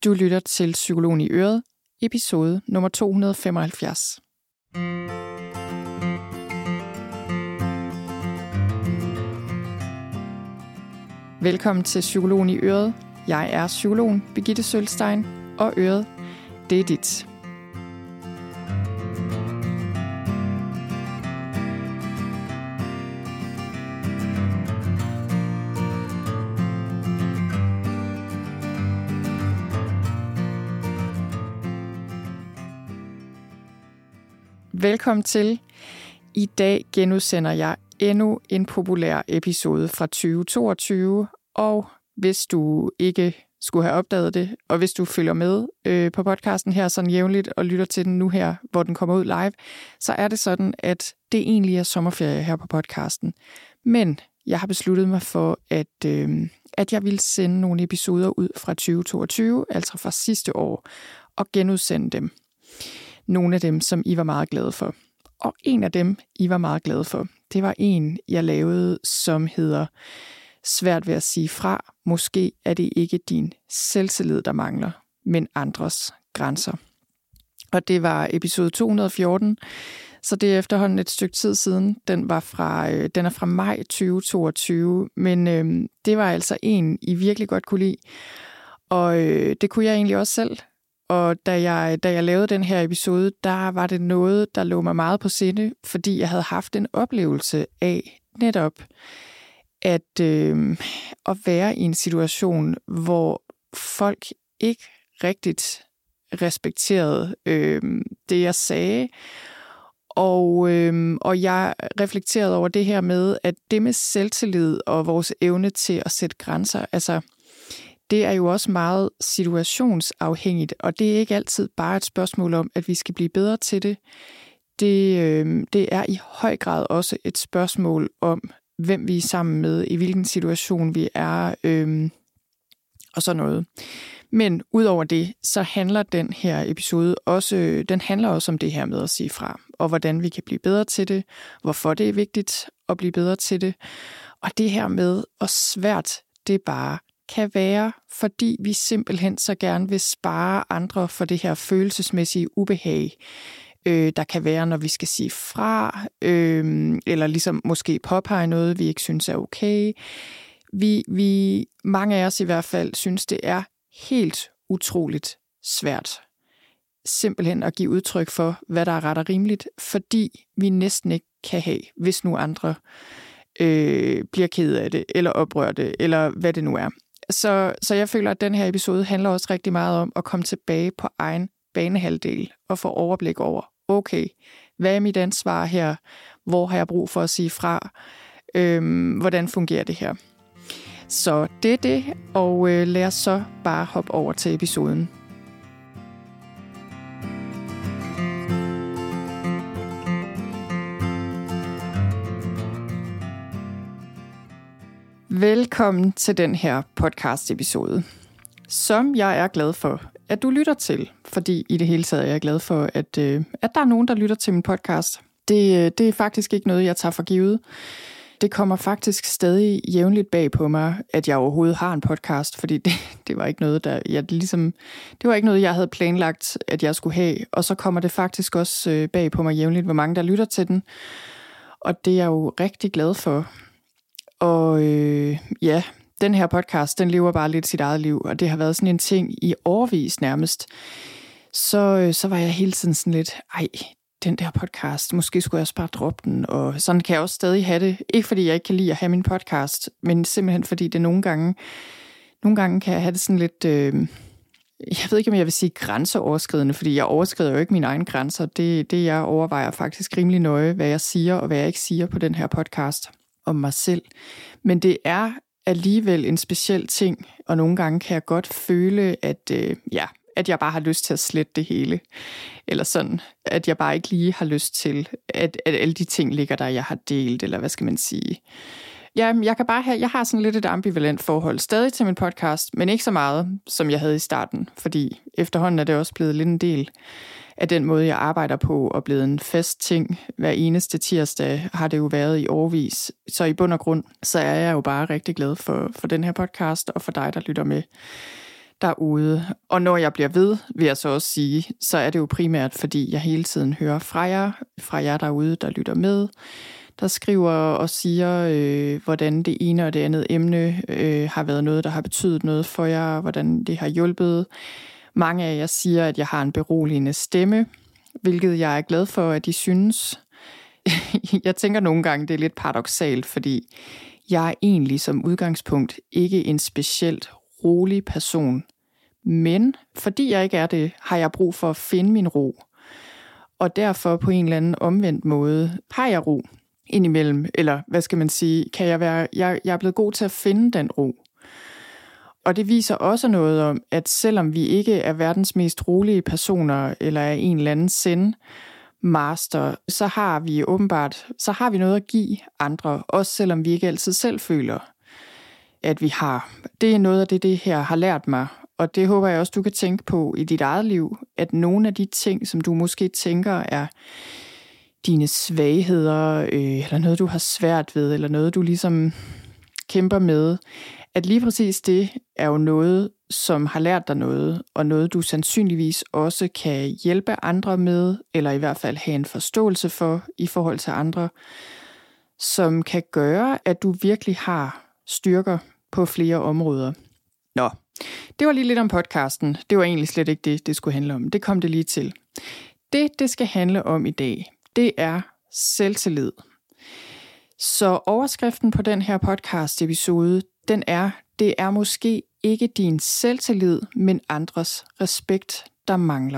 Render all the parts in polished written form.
Du lytter til Psykologen i Øret, episode nummer 275. Velkommen til Psykologen i Øret. Jeg er psykologen Birgitte Sølstein, og Øret, det er dit. Velkommen til. I dag genudsender jeg endnu en populær episode fra 2022, og hvis du ikke skulle have opdaget det, og hvis du følger med på podcasten her sådan jævnligt og lytter til den nu her, hvor den kommer ud live, så er det sådan, at det egentlig er sommerferie her på podcasten. Men jeg har besluttet mig for, at jeg vil sende nogle episoder ud fra 2022, altså fra sidste år, og genudsende dem. Nogle af dem, som I var meget glade for. Og en af dem, I var meget glade for, det var en, jeg lavede, som hedder Svært ved at sige fra. Måske er det ikke din selvtillid, der mangler, men andres grænser. Og det var episode 214, så det er efterhånden et stykke tid siden. Den er fra maj 2022, men det var altså en, I virkelig godt kunne lide. Og det kunne jeg egentlig også selv. Og da jeg lavede den her episode, der var det noget, der lå mig meget på sinde, fordi jeg havde haft en oplevelse af netop at være i en situation, hvor folk ikke rigtigt respekterede det, jeg sagde. Og jeg reflekterede over det her med, at det med selvtillid og vores evne til at sætte grænser, altså det er jo også meget situationsafhængigt, og det er ikke altid bare et spørgsmål om, at vi skal blive bedre til det. Det er i høj grad også et spørgsmål om, hvem vi er sammen med, i hvilken situation vi er, og sådan noget. Men udover det, så handler den her episode også, om det her med at sige fra, og hvordan vi kan blive bedre til det, hvorfor det er vigtigt at blive bedre til det, og det her med, hvor svært det bare kan være, fordi vi simpelthen så gerne vil spare andre for det her følelsesmæssige ubehag, der kan være, når vi skal sige fra, eller ligesom måske påpege noget, vi ikke synes er okay. Vi mange af os i hvert fald, synes det er helt utroligt svært simpelthen at give udtryk for, hvad der er ret og rimeligt, fordi vi næsten ikke kan have, hvis nu andre bliver ked af det, eller oprørte, eller hvad det nu er. Så jeg føler, at den her episode handler også rigtig meget om at komme tilbage på egen banehalvdel og få overblik over, okay, hvad er mit ansvar her? Hvor har jeg brug for at sige fra? Hvordan fungerer det her? Så det er det, og lad os så bare hoppe over til episoden. Velkommen til den her podcast-episode, som jeg er glad for, at du lytter til. Fordi i det hele taget er jeg glad for, at der er nogen, der lytter til min podcast. Det er faktisk ikke noget, jeg tager for givet. Det kommer faktisk stadig jævnligt bag på mig, at jeg overhovedet har en podcast, fordi det var ikke noget, det var ikke noget, jeg havde planlagt, at jeg skulle have. Og så kommer det faktisk også bag på mig jævnligt, hvor mange der lytter til den. Og det er jeg jo rigtig glad for. Og den her podcast, den lever bare lidt sit eget liv, og det har været sådan en ting i årevis nærmest. Så var jeg hele tiden sådan lidt, den der podcast, måske skulle jeg også bare droppe den, og sådan kan jeg også stadig have det. Ikke fordi jeg ikke kan lide at have min podcast, men simpelthen fordi det nogle gange kan jeg have det sådan lidt, jeg ved ikke, om jeg vil sige grænseoverskridende, fordi jeg overskrider jo ikke mine egne grænser. Det jeg overvejer faktisk rimelig nøje, hvad jeg siger og hvad jeg ikke siger på den her podcast om mig selv. Men det er alligevel en speciel ting, og nogle gange kan jeg godt føle, at jeg bare har lyst til at slette det hele. Eller sådan, at jeg bare ikke lige har lyst til, at alle de ting ligger der, jeg har delt, eller hvad skal man sige. Ja, jeg har sådan lidt et ambivalent forhold stadig til min podcast, men ikke så meget, som jeg havde i starten, fordi efterhånden er det også blevet lidt en del af den måde, jeg arbejder på, og blevet en fast ting. Hver eneste tirsdag har det jo været i årevis. Så i bund og grund, så er jeg jo bare rigtig glad for den her podcast, og for dig, der lytter med. derude. Og når jeg bliver ved, vil jeg så også sige, så er det jo primært, fordi jeg hele tiden hører fra jer derude, der lytter med, der skriver og siger, hvordan det ene og det andet emne har været noget, der har betydet noget for jer, hvordan det har hjulpet. Mange af jer siger, at jeg har en beroligende stemme, hvilket jeg er glad for, at I synes. Jeg tænker nogle gange, det er lidt paradoksalt, fordi jeg er egentlig som udgangspunkt ikke en specielt rolig person. Men fordi jeg ikke er det, har jeg brug for at finde min ro. Og derfor på en eller anden omvendt måde har jeg ro indimellem. Eller hvad skal man sige, jeg er blevet god til at finde den ro. Og det viser også noget om, at selvom vi ikke er verdens mest rolige personer, eller er en eller anden zen-master, så har vi noget at give andre, også selvom vi ikke altid selv føler, at vi har. Det er noget af det her har lært mig, og det håber jeg også, du kan tænke på i dit eget liv, at nogle af de ting, som du måske tænker er dine svagheder, eller noget, du har svært ved, eller noget, du ligesom kæmper med, at lige præcis det er jo noget, som har lært dig noget, og noget, du sandsynligvis også kan hjælpe andre med, eller i hvert fald have en forståelse for i forhold til andre, som kan gøre, at du virkelig har styrker på flere områder. Nå, det var lige lidt om podcasten. Det var egentlig slet ikke det skulle handle om. Det kom det lige til. Det skal handle om i dag, det er selvtillid. Så overskriften på den her podcast-episode, det er måske ikke din selvtillid, men andres respekt, der mangler.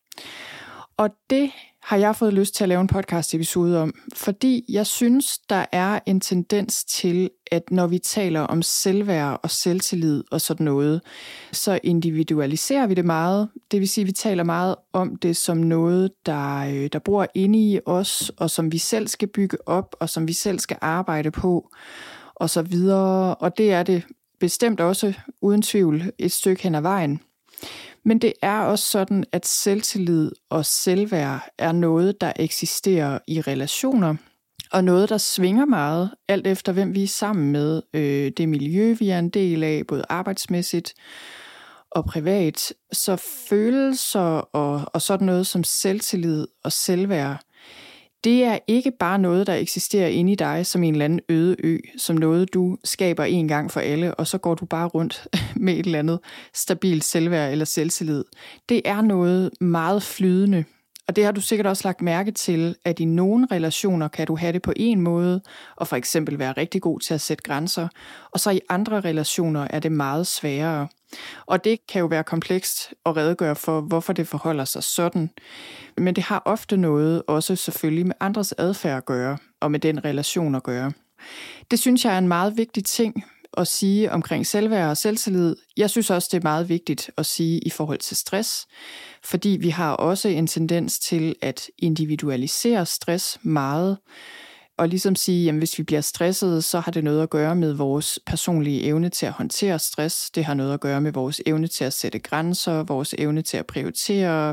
Og det har jeg fået lyst til at lave en podcast-episode om, fordi jeg synes, der er en tendens til, at når vi taler om selvværd og selvtillid og sådan noget, så individualiserer vi det meget. Det vil sige, at vi taler meget om det som noget, der bor inde i os, og som vi selv skal bygge op, og som vi selv skal arbejde på, og så videre. Og det er det bestemt også, uden tvivl, et stykke hen ad vejen. Men det er også sådan, at selvtillid og selvværd er noget, der eksisterer i relationer, og noget, der svinger meget, alt efter hvem vi er sammen med. Det miljø, vi er en del af, både arbejdsmæssigt og privat. Så følelser og sådan noget som selvtillid og selvværd, det er ikke bare noget, der eksisterer inde i dig som en eller anden øde ø, som noget, du skaber en gang for alle, og så går du bare rundt med et eller andet stabilt selvværd eller selvtillid. Det er noget meget flydende, og det har du sikkert også lagt mærke til, at i nogle relationer kan du have det på en måde, og for eksempel være rigtig god til at sætte grænser, og så i andre relationer er det meget sværere. Og det kan jo være komplekst at redegøre for, hvorfor det forholder sig sådan. Men det har ofte noget også selvfølgelig med andres adfærd at gøre, og med den relation at gøre. Det synes jeg er en meget vigtig ting at sige omkring selvværd og selvtillid. Jeg synes også, det er meget vigtigt at sige i forhold til stress, fordi vi har også en tendens til at individualisere stress meget, og ligesom sige, at hvis vi bliver stresset, så har det noget at gøre med vores personlige evne til at håndtere stress. Det har noget at gøre med vores evne til at sætte grænser, vores evne til at prioritere,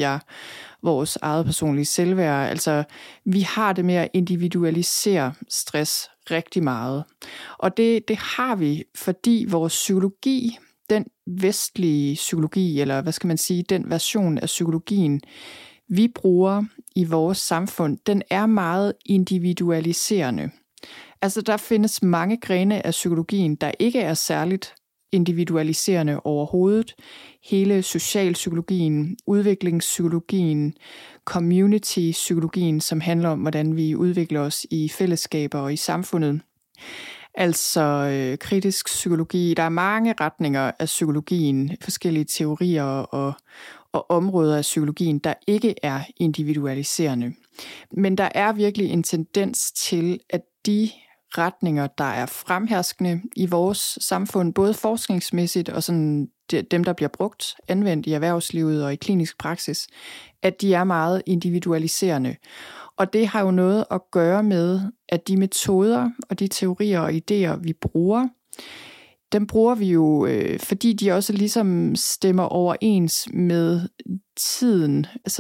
vores eget personlige selvværd. Altså, vi har det med at individualisere stress rigtig meget. Og det har vi, fordi vores psykologi, den vestlige psykologi, eller hvad skal man sige, den version af psykologien, vi bruger i vores samfund, den er meget individualiserende. Altså der findes mange grene af psykologien, der ikke er særligt individualiserende overhovedet. Hele socialpsykologien, udviklingspsykologien, community-psykologien, som handler om, hvordan vi udvikler os i fællesskaber og i samfundet. Altså kritisk psykologi. Der er mange retninger af psykologien, forskellige teorier og områder af psykologien, der ikke er individualiserende. Men der er virkelig en tendens til, at de retninger, der er fremherskende i vores samfund, både forskningsmæssigt og sådan dem, der bliver brugt, anvendt i erhvervslivet og i klinisk praksis, at de er meget individualiserende. Og det har jo noget at gøre med, at de metoder og de teorier og idéer, vi bruger, dem bruger vi jo, fordi de også ligesom stemmer overens med tiden. Altså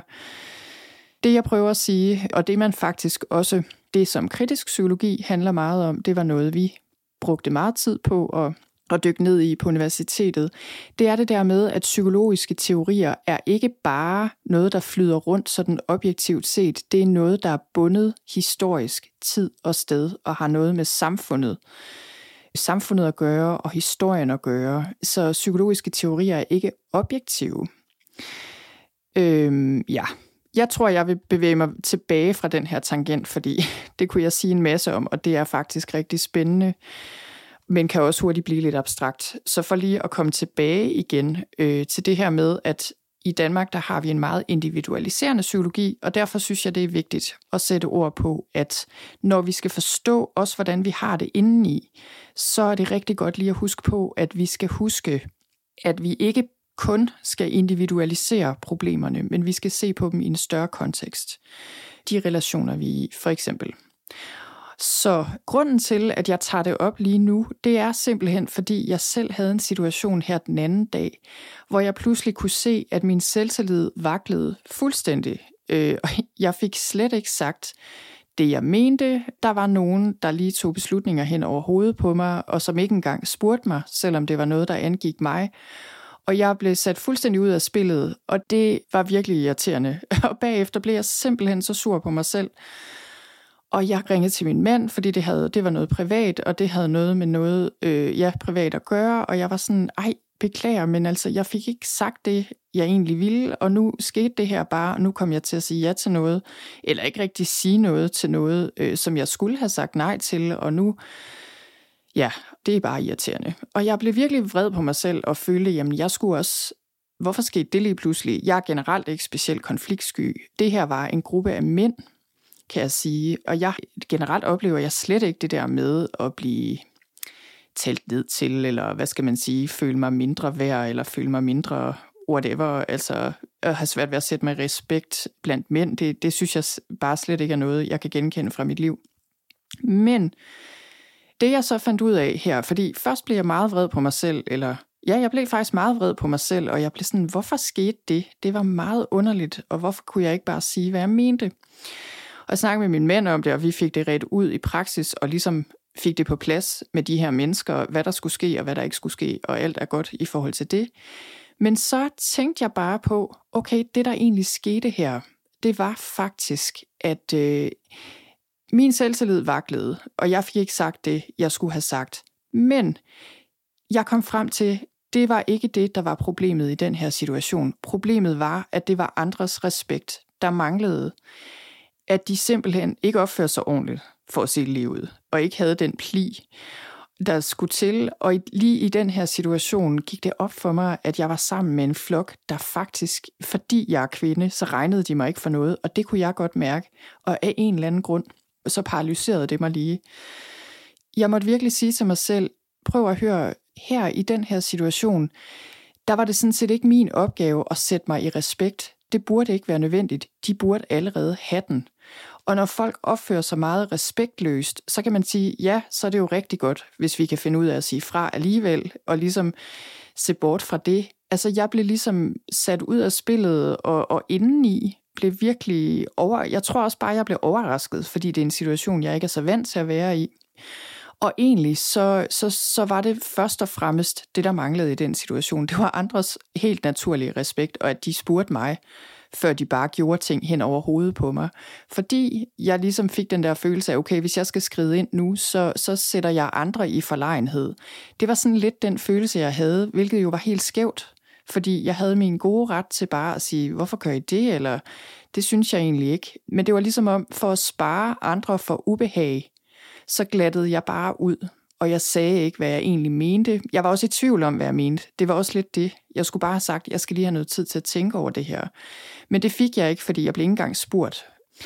det jeg prøver at sige, og det man faktisk også, det som kritisk psykologi handler meget om, det var noget, vi brugte meget tid på at dykke ned i på universitetet, det er det der med, at psykologiske teorier er ikke bare noget, der flyder rundt sådan objektivt set. Det er noget, der er bundet historisk, tid og sted, og har noget med samfundet at gøre og historien at gøre. Så psykologiske teorier er ikke objektive. Jeg tror, jeg vil bevæge mig tilbage fra den her tangent, fordi det kunne jeg sige en masse om, og det er faktisk rigtig spændende, men kan også hurtigt blive lidt abstrakt. Så for lige at komme tilbage igen til det her med, at i Danmark, der har vi en meget individualiserende psykologi, og derfor synes jeg, det er vigtigt at sætte ord på, at når vi skal forstå også, hvordan vi har det indeni, så er det rigtig godt lige at huske på, at vi skal huske, at vi ikke kun skal individualisere problemerne, men vi skal se på dem i en større kontekst. De relationer, vi er i, for eksempel. Så grunden til, at jeg tager det op lige nu, det er simpelthen, fordi jeg selv havde en situation her den anden dag, hvor jeg pludselig kunne se, at min selvtillid vaklede fuldstændig. Og jeg fik slet ikke sagt det, jeg mente. Der var nogen, der lige tog beslutninger hen over hovedet på mig, og som ikke engang spurgte mig, selvom det var noget, der angik mig. Og jeg blev sat fuldstændig ud af spillet, og det var virkelig irriterende. Og bagefter blev jeg simpelthen så sur på mig selv. Og jeg ringede til min mand, fordi det var noget privat, og det havde noget med noget privat at gøre. Og jeg var sådan, beklager, men altså, jeg fik ikke sagt det, jeg egentlig ville, og nu skete det her bare, og nu kom jeg til at sige ja til noget, eller ikke rigtig sige noget til noget, som jeg skulle have sagt nej til, og nu, det er bare irriterende. Og jeg blev virkelig vred på mig selv, og følte, jamen jeg skulle også, hvorfor skete det lige pludselig? Jeg er generelt ikke specielt konfliktsky. Det her var en gruppe af mænd, kan jeg sige, og jeg generelt oplever jeg slet ikke det der med at blive talt ned til, eller hvad skal man sige, føle mig mindre værd, eller føle mig mindre whatever, altså at have svært ved at sætte mig i respekt blandt mænd, det synes jeg bare slet ikke er noget, jeg kan genkende fra mit liv. Men det jeg så fandt ud af her, fordi først blev jeg meget vred på mig selv, jeg blev faktisk meget vred på mig selv, og jeg blev sådan, hvorfor skete det? Det var meget underligt, og hvorfor kunne jeg ikke bare sige, hvad jeg mente? Og jeg snakkede med min mand om det, og vi fik det redt ud i praksis, og ligesom fik det på plads med de her mennesker, hvad der skulle ske, og hvad der ikke skulle ske, og alt er godt i forhold til det. Men så tænkte jeg bare på, okay, det der egentlig skete her, det var faktisk, at min selvtillid vaklede, og jeg fik ikke sagt det, jeg skulle have sagt. Men jeg kom frem til, det var ikke det, der var problemet i den her situation. Problemet var, at det var andres respekt, der manglede. At de simpelthen ikke opførte sig ordentligt for at se livet, og ikke havde den pli, der skulle til. Og lige i den her situation gik det op for mig, at jeg var sammen med en flok, der faktisk, fordi jeg er kvinde, så regnede de mig ikke for noget, og det kunne jeg godt mærke. Og af en eller anden grund, så paralyserede det mig lige. Jeg måtte virkelig sige til mig selv, prøv at høre, her i den her situation, der var det sådan set ikke min opgave at sætte mig i respekt. Det burde ikke være nødvendigt. De burde allerede have den. Og når folk opfører sig meget respektløst, så kan man sige, ja, så er det jo rigtig godt, hvis vi kan finde ud af at sige fra alligevel, og ligesom se bort fra det. Altså, jeg blev ligesom sat ud af spillet, og indeni blev virkelig jeg tror også bare, jeg blev overrasket, fordi det er en situation, jeg ikke er så vant til at være i. Og egentlig så var det først og fremmest det, der manglede i den situation. Det var andres helt naturlige respekt, og at de spurgte mig, før de bare gjorde ting hen over hovedet på mig. Fordi jeg ligesom fik den der følelse af, okay, hvis jeg skal skride ind nu, så sætter jeg andre i forlegenhed. Det var sådan lidt den følelse, jeg havde, hvilket jo var helt skævt. Fordi jeg havde min gode ret til bare at sige, hvorfor gør I det? Eller det synes jeg egentlig ikke. Men det var ligesom om, for at spare andre for ubehag, så glattede jeg bare ud, og jeg sagde ikke, hvad jeg egentlig mente. Jeg var også i tvivl om, hvad jeg mente. Det var også lidt det. Jeg skulle bare have sagt, jeg skal lige have noget tid til at tænke over det her. Men det fik jeg ikke, fordi jeg blev ikke engang spurgt.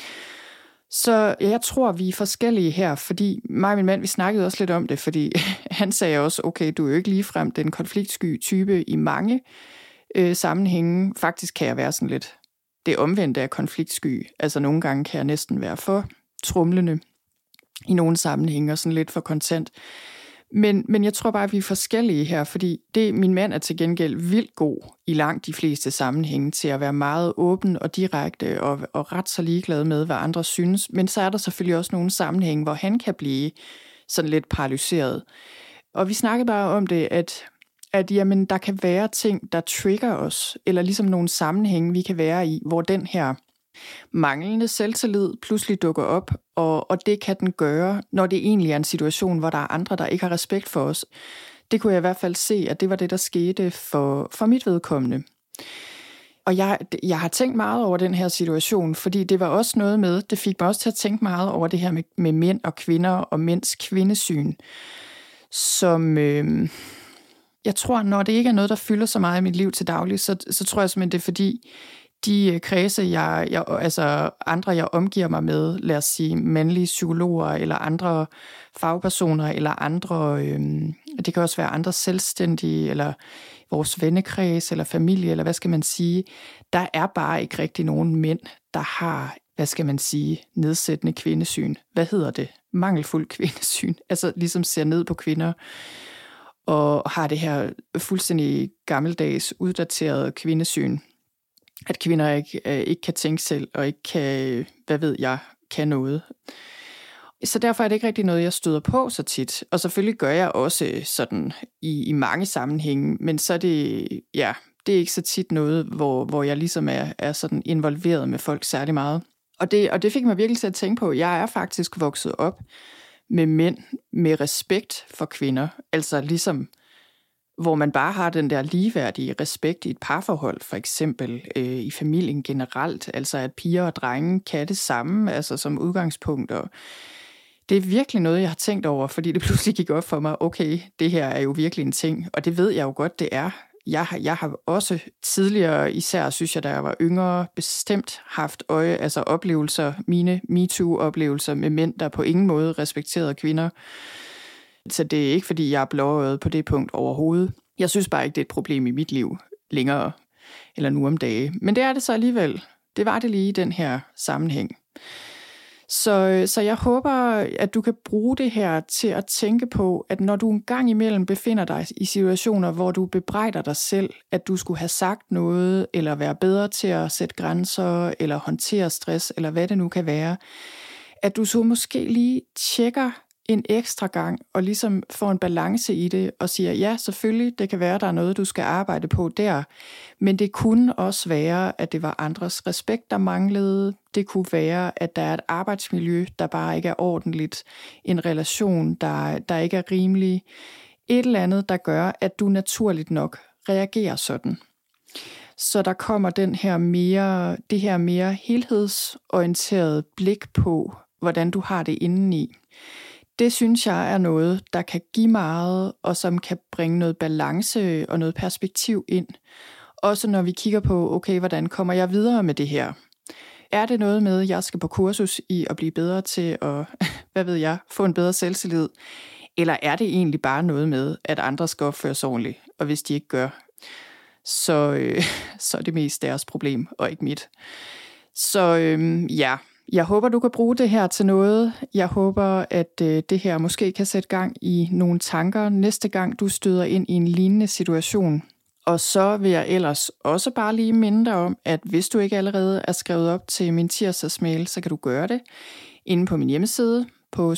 Så jeg tror, vi er forskellige her, fordi mig og min mand, vi snakkede også lidt om det, fordi han sagde også, okay, du er jo ikke ligefrem den konfliktsky type i mange sammenhænge. Faktisk kan jeg være sådan lidt det omvendte af konfliktsky. Altså nogle gange kan jeg næsten være for tromlende i nogle sammenhænge og sådan lidt for kontant. Men jeg tror bare, at vi er forskellige her, fordi min mand er til gengæld vildt god i langt de fleste sammenhænge til at være meget åben og direkte og ret så ligeglad med, hvad andre synes. Men så er der selvfølgelig også nogle sammenhænge, hvor han kan blive sådan lidt paralyseret. Og vi snakkede bare om det, at jamen, der kan være ting, der trigger os, eller ligesom nogle sammenhænge, vi kan være i, hvor den her manglende selvtillid pludselig dukker op, og det kan den gøre, når det egentlig er en situation, hvor der er andre, der ikke har respekt for os. Det kunne jeg i hvert fald se, at det var det, der skete for mit vedkommende. Og jeg har tænkt meget over den her situation, fordi det var også noget med, det fik mig også til at tænke meget over det her med mænd og kvinder og mænds kvindesyn, som jeg tror, når det ikke er noget, der fylder så meget i mit liv til daglig, så tror jeg simpelthen, det er fordi, de kredse, andre jeg omgiver mig med, lad os sige mandlige psykologer eller andre fagpersoner eller andre, det kan også være andre selvstændige eller vores vennekreds eller familie eller hvad skal man sige, der er bare ikke rigtig nogen mænd, der har, hvad skal man sige, nedsættende kvindesyn. Hvad hedder det? Mangelfuld kvindesyn. Altså ligesom ser ned på kvinder og har det her fuldstændig gammeldags, uddaterede kvindesyn. At kvinder ikke kan tænke selv, og ikke kan, kan noget. Så derfor er det ikke rigtig noget, jeg støder på så tit. Og selvfølgelig gør jeg også sådan i mange sammenhænge, men så er det, det er ikke så tit noget, hvor jeg ligesom er sådan involveret med folk særlig meget. Og det fik mig virkelig til at tænke på, at jeg er faktisk vokset op med mænd med respekt for kvinder. Altså ligesom hvor man bare har den der ligeværdige respekt i et parforhold, for eksempel i familien generelt, altså at piger og drenge kan det samme, altså som udgangspunkt. Og det er virkelig noget, jeg har tænkt over, fordi det pludselig gik op for mig, okay, det her er jo virkelig en ting, og det ved jeg jo godt, det er. Jeg har også tidligere, især synes jeg, da jeg var yngre, bestemt haft oplevelser, mine MeToo-oplevelser med mænd, der på ingen måde respekterede kvinder. Så det er ikke, fordi jeg er blåøjet på det punkt overhovedet. Jeg synes bare ikke, det er et problem i mit liv længere, eller nu om dage. Men det er det så alligevel. Det var det lige i den her sammenhæng. Så jeg håber, at du kan bruge det her til at tænke på, at når du en gang imellem befinder dig i situationer, hvor du bebrejder dig selv, at du skulle have sagt noget, eller være bedre til at sætte grænser, eller håndtere stress, eller hvad det nu kan være, at du så måske lige tjekker en ekstra gang, og ligesom får en balance i det, og siger, ja, selvfølgelig, det kan være, der er noget, du skal arbejde på der, men det kunne også være, at det var andres respekt, der manglede. Det kunne være, at der er et arbejdsmiljø, der bare ikke er ordentligt, en relation, der ikke er rimelig, et eller andet, der gør, at du naturligt nok reagerer sådan. Så der kommer det her mere helhedsorienterede blik på, hvordan du har det indeni. Det synes jeg er noget, der kan give meget, og som kan bringe noget balance og noget perspektiv ind. Også når vi kigger på, okay, hvordan kommer jeg videre med det her? Er det noget med, at jeg skal på kursus i at blive bedre til at, få en bedre selvtillid? Eller er det egentlig bare noget med, at andre skal opføre sig ordentligt, og hvis de ikke gør, så er det mest deres problem, og ikke mit. Så jeg håber, du kan bruge det her til noget. Jeg håber, at det her måske kan sætte gang i nogle tanker næste gang, du støder ind i en lignende situation. Og så vil jeg ellers også bare lige minde dig om, at hvis du ikke allerede er skrevet op til min tirsdagsmail, så kan du gøre det inde på min hjemmeside på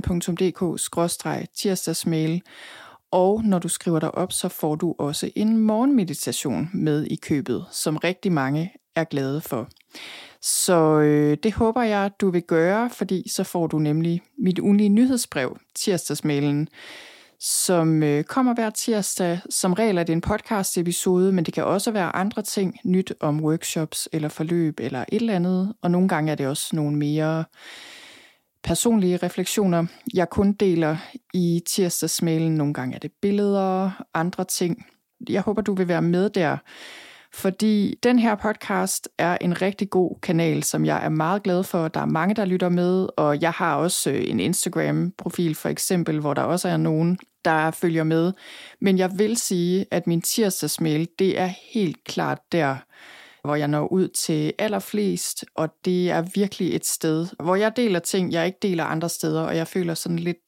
sølvstein.dk/tirsdagsmail. Og når du skriver dig op, så får du også en morgenmeditation med i købet, som rigtig mange er glade for. Så det håber jeg, du vil gøre, fordi så får du nemlig mit ugenlige nyhedsbrev, tirsdagsmailen, som kommer hver tirsdag. Som regel er det en podcast episode, men det kan også være andre ting, nyt om workshops eller forløb eller et eller andet. Og nogle gange er det også nogle mere personlige refleksioner, jeg kun deler i tirsdagsmailen. Nogle gange er det billeder, andre ting. Jeg håber, du vil være med der. Fordi den her podcast er en rigtig god kanal, som jeg er meget glad for. Der er mange, der lytter med, og jeg har også en Instagram-profil for eksempel, hvor der også er nogen, der følger med. Men jeg vil sige, at min tirsdagsmail, det er helt klart der, hvor jeg når ud til allerflest, og det er virkelig et sted, hvor jeg deler ting, jeg ikke deler andre steder, og jeg føler sådan lidt,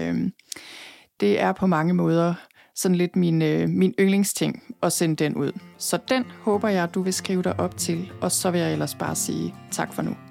det er på mange måder sådan lidt min yndlingsting at sende den ud. Så den håber jeg, du vil skrive dig op til, og så vil jeg ellers bare sige tak for nu.